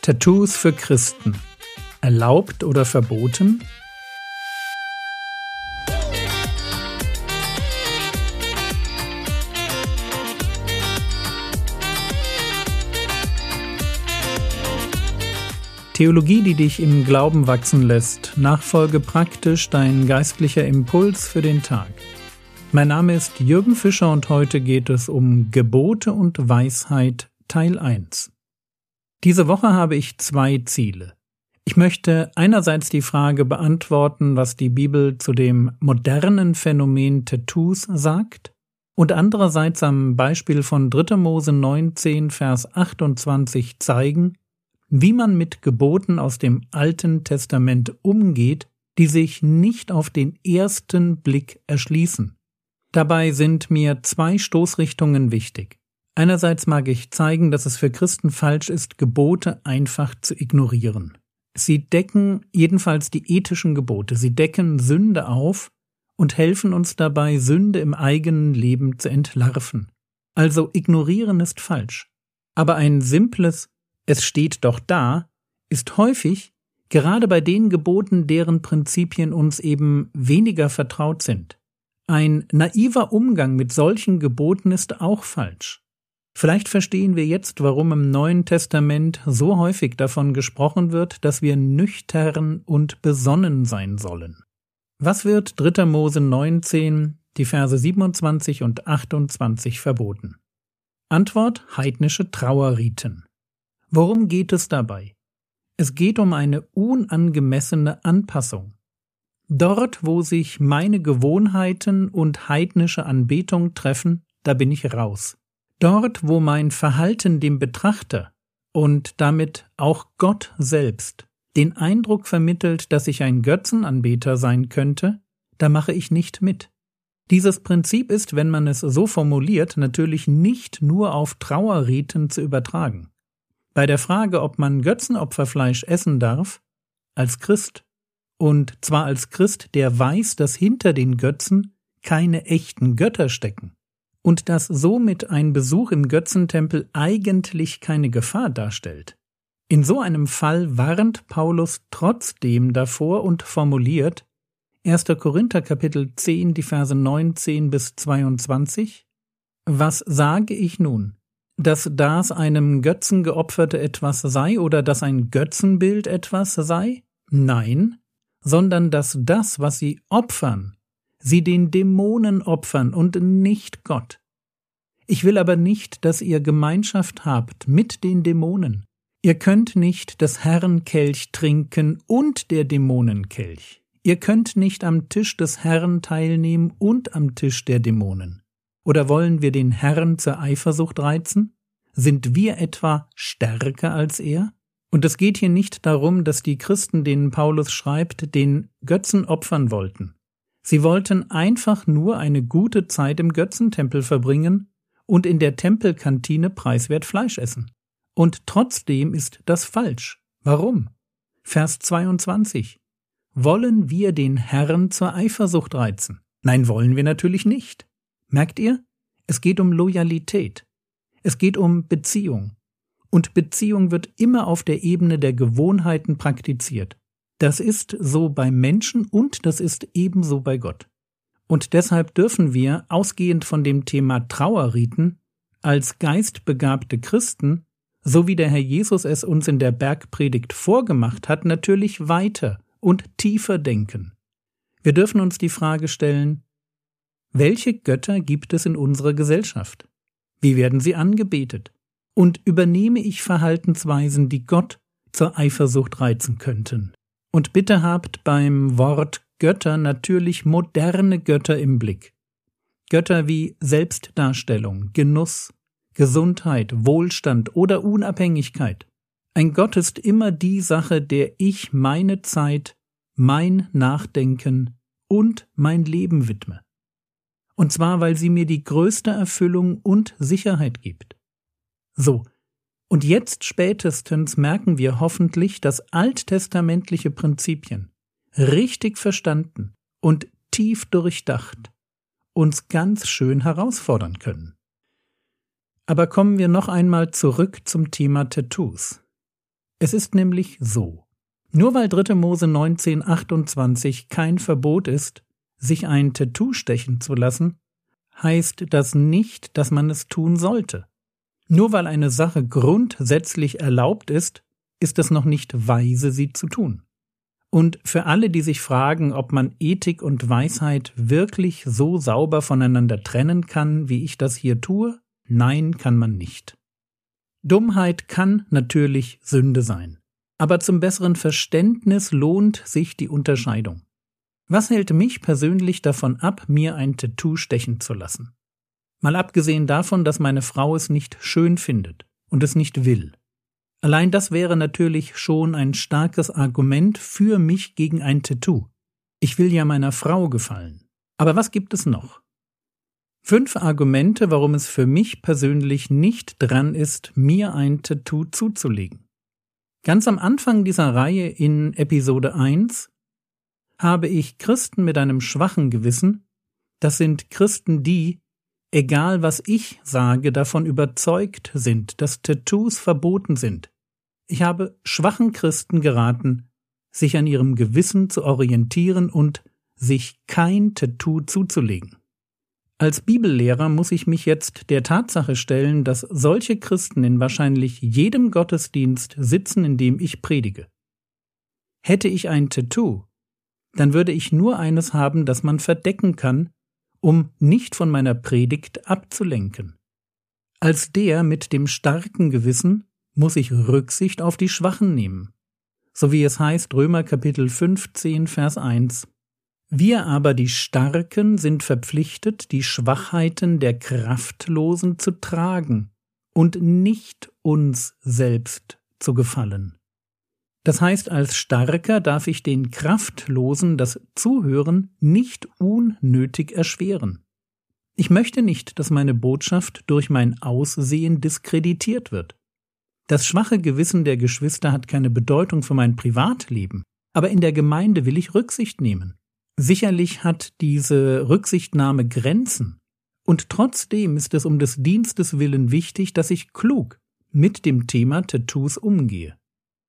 Tattoos für Christen. Erlaubt oder verboten? Theologie, die dich im Glauben wachsen lässt. Nachfolge praktisch, dein geistlicher Impuls für den Tag. Mein Name ist Jürgen Fischer und heute geht es um Gebote und Weisheit Teil 1. Diese Woche habe ich 2 Ziele. Ich möchte einerseits die Frage beantworten, was die Bibel zu dem modernen Phänomen Tattoos sagt, und andererseits am Beispiel von 3. Mose 19, Vers 28 zeigen, wie man mit Geboten aus dem Alten Testament umgeht, die sich nicht auf den ersten Blick erschließen. Dabei sind mir 2 Stoßrichtungen wichtig. Einerseits mag ich zeigen, dass es für Christen falsch ist, Gebote einfach zu ignorieren. Sie decken jedenfalls die ethischen Gebote, sie decken Sünde auf und helfen uns dabei, Sünde im eigenen Leben zu entlarven. Also ignorieren ist falsch. Aber ein simples „Es steht doch da“ ist häufig, gerade bei den Geboten, deren Prinzipien uns eben weniger vertraut sind. Ein naiver Umgang mit solchen Geboten ist auch falsch. Vielleicht verstehen wir jetzt, warum im Neuen Testament so häufig davon gesprochen wird, dass wir nüchtern und besonnen sein sollen. Was wird 3. Mose 19, die Verse 27 und 28 verboten? Antwort: heidnische Trauerriten. Worum geht es dabei? Es geht um eine unangemessene Anpassung. Dort, wo sich meine Gewohnheiten und heidnische Anbetung treffen, da bin ich raus. Dort, wo mein Verhalten dem Betrachter und damit auch Gott selbst den Eindruck vermittelt, dass ich ein Götzenanbeter sein könnte, da mache ich nicht mit. Dieses Prinzip ist, wenn man es so formuliert, natürlich nicht nur auf Trauerriten zu übertragen. Bei der Frage, ob man Götzenopferfleisch essen darf, als Christ, und zwar als Christ, der weiß, dass hinter den Götzen keine echten Götter stecken und dass somit ein Besuch im Götzentempel eigentlich keine Gefahr darstellt. In so einem Fall warnt Paulus trotzdem davor und formuliert 1. Korinther Kapitel 10, die Verse 19 bis 22: Was sage ich nun? Dass das einem Götzen geopferte etwas sei oder dass ein Götzenbild etwas sei? Nein, sondern dass das, was sie opfern, sie den Dämonen opfern und nicht Gott. Ich will aber nicht, dass ihr Gemeinschaft habt mit den Dämonen. Ihr könnt nicht des Herrn Kelch trinken und der Dämonen Kelch. Ihr könnt nicht am Tisch des Herrn teilnehmen und am Tisch der Dämonen. Oder wollen wir den Herrn zur Eifersucht reizen? Sind wir etwa stärker als er? Und es geht hier nicht darum, dass die Christen, denen Paulus schreibt, den Götzen opfern wollten. Sie wollten einfach nur eine gute Zeit im Götzentempel verbringen und in der Tempelkantine preiswert Fleisch essen. Und trotzdem ist das falsch. Warum? Vers 22. Wollen wir den Herrn zur Eifersucht reizen? Nein, wollen wir natürlich nicht. Merkt ihr? Es geht um Loyalität. Es geht um Beziehung. Und Beziehung wird immer auf der Ebene der Gewohnheiten praktiziert. Das ist so bei Menschen und das ist ebenso bei Gott. Und deshalb dürfen wir, ausgehend von dem Thema Trauerriten, als geistbegabte Christen, so wie der Herr Jesus es uns in der Bergpredigt vorgemacht hat, natürlich weiter und tiefer denken. Wir dürfen uns die Frage stellen: Welche Götter gibt es in unserer Gesellschaft? Wie werden sie angebetet? Und übernehme ich Verhaltensweisen, die Gott zur Eifersucht reizen könnten? Und bitte habt beim Wort Götter natürlich moderne Götter im Blick. Götter wie Selbstdarstellung, Genuss, Gesundheit, Wohlstand oder Unabhängigkeit. Ein Gott ist immer die Sache, der ich meine Zeit, mein Nachdenken und mein Leben widme. Und zwar, weil sie mir die größte Erfüllung und Sicherheit gibt. So, und jetzt spätestens merken wir hoffentlich, dass alttestamentliche Prinzipien, richtig verstanden und tief durchdacht, uns ganz schön herausfordern können. Aber kommen wir noch einmal zurück zum Thema Tattoos. Es ist nämlich so: Nur weil 3. Mose 19,28 kein Verbot ist, sich ein Tattoo stechen zu lassen, heißt das nicht, dass man es tun sollte. Nur weil eine Sache grundsätzlich erlaubt ist, ist es noch nicht weise, sie zu tun. Und für alle, die sich fragen, ob man Ethik und Weisheit wirklich so sauber voneinander trennen kann, wie ich das hier tue, nein, kann man nicht. Dummheit kann natürlich Sünde sein, aber zum besseren Verständnis lohnt sich die Unterscheidung. Was hält mich persönlich davon ab, mir ein Tattoo stechen zu lassen? Mal abgesehen davon, dass meine Frau es nicht schön findet und es nicht will. Allein das wäre natürlich schon ein starkes Argument für mich gegen ein Tattoo. Ich will ja meiner Frau gefallen. Aber was gibt es noch? 5 Argumente, warum es für mich persönlich nicht dran ist, mir ein Tattoo zuzulegen. Ganz am Anfang dieser Reihe in Episode 1 habe ich Christen mit einem schwachen Gewissen, das sind Christen, die, egal was ich sage, davon überzeugt sind, dass Tattoos verboten sind. Ich habe schwachen Christen geraten, sich an ihrem Gewissen zu orientieren und sich kein Tattoo zuzulegen. Als Bibellehrer muss ich mich jetzt der Tatsache stellen, dass solche Christen in wahrscheinlich jedem Gottesdienst sitzen, in dem ich predige. Hätte ich ein Tattoo, dann würde ich nur eines haben, das man verdecken kann, um nicht von meiner Predigt abzulenken. Als der mit dem starken Gewissen muss ich Rücksicht auf die Schwachen nehmen. So wie es heißt, Römer Kapitel 15, Vers 1. Wir aber, die Starken, sind verpflichtet, die Schwachheiten der Kraftlosen zu tragen und nicht uns selbst zu gefallen. Das heißt, als Starker darf ich den Kraftlosen das Zuhören nicht unnötig erschweren. Ich möchte nicht, dass meine Botschaft durch mein Aussehen diskreditiert wird. Das schwache Gewissen der Geschwister hat keine Bedeutung für mein Privatleben, aber in der Gemeinde will ich Rücksicht nehmen. Sicherlich hat diese Rücksichtnahme Grenzen, und trotzdem ist es um des Dienstes willen wichtig, dass ich klug mit dem Thema Tattoos umgehe.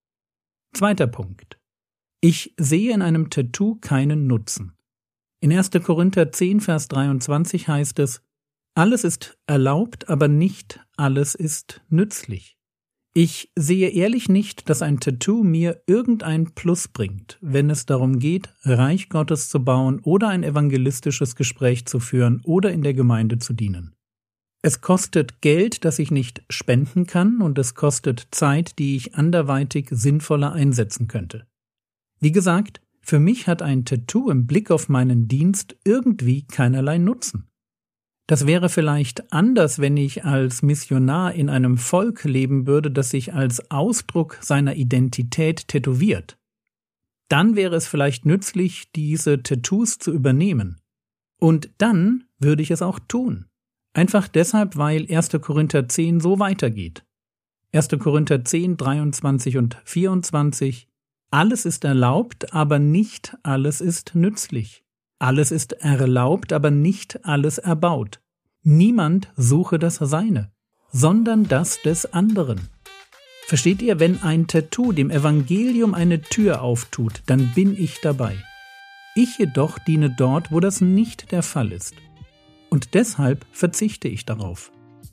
2. Punkt. Ich sehe in einem Tattoo keinen Nutzen. In 1. Korinther 10, Vers 23 heißt es: Alles ist erlaubt, aber nicht alles ist nützlich. Ich sehe ehrlich nicht, dass ein Tattoo mir irgendein Plus bringt, wenn es darum geht, Reich Gottes zu bauen oder ein evangelistisches Gespräch zu führen oder in der Gemeinde zu dienen. Es kostet Geld, das ich nicht spenden kann, und es kostet Zeit, die ich anderweitig sinnvoller einsetzen könnte. Wie gesagt, für mich hat ein Tattoo im Blick auf meinen Dienst irgendwie keinerlei Nutzen. Das wäre vielleicht anders, wenn ich als Missionar in einem Volk leben würde, das sich als Ausdruck seiner Identität tätowiert. Dann wäre es vielleicht nützlich, diese Tattoos zu übernehmen. Und dann würde ich es auch tun. Einfach deshalb, weil 1. Korinther 10 so weitergeht. 1. Korinther 10, 23 und 24: Alles ist erlaubt, aber nicht alles ist nützlich. Alles ist erlaubt, aber nicht alles erbaut. Niemand suche das Seine, sondern das des anderen. Versteht ihr, wenn ein Tattoo dem Evangelium eine Tür auftut, dann bin ich dabei. Ich jedoch diene dort, wo das nicht der Fall ist. Und deshalb verzichte ich darauf.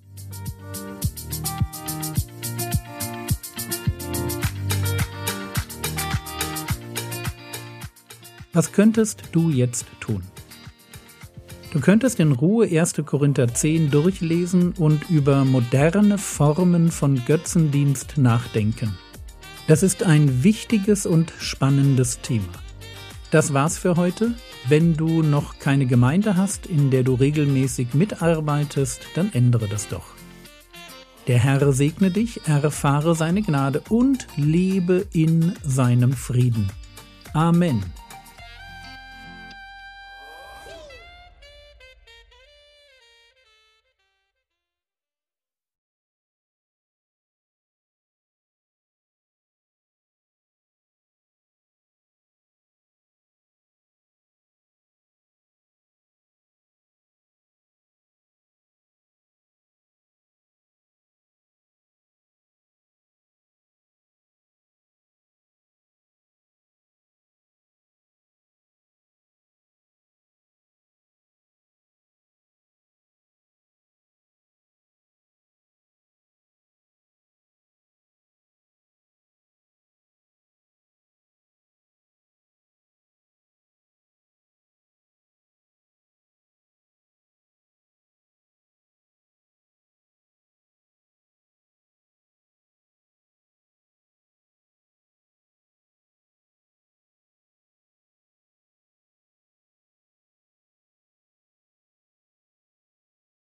Was könntest du jetzt tun? Du könntest in Ruhe 1. Korinther 10 durchlesen und über moderne Formen von Götzendienst nachdenken. Das ist ein wichtiges und spannendes Thema. Das war's für heute. Wenn du noch keine Gemeinde hast, in der du regelmäßig mitarbeitest, dann ändere das doch. Der Herr segne dich, erfahre seine Gnade und lebe in seinem Frieden. Amen.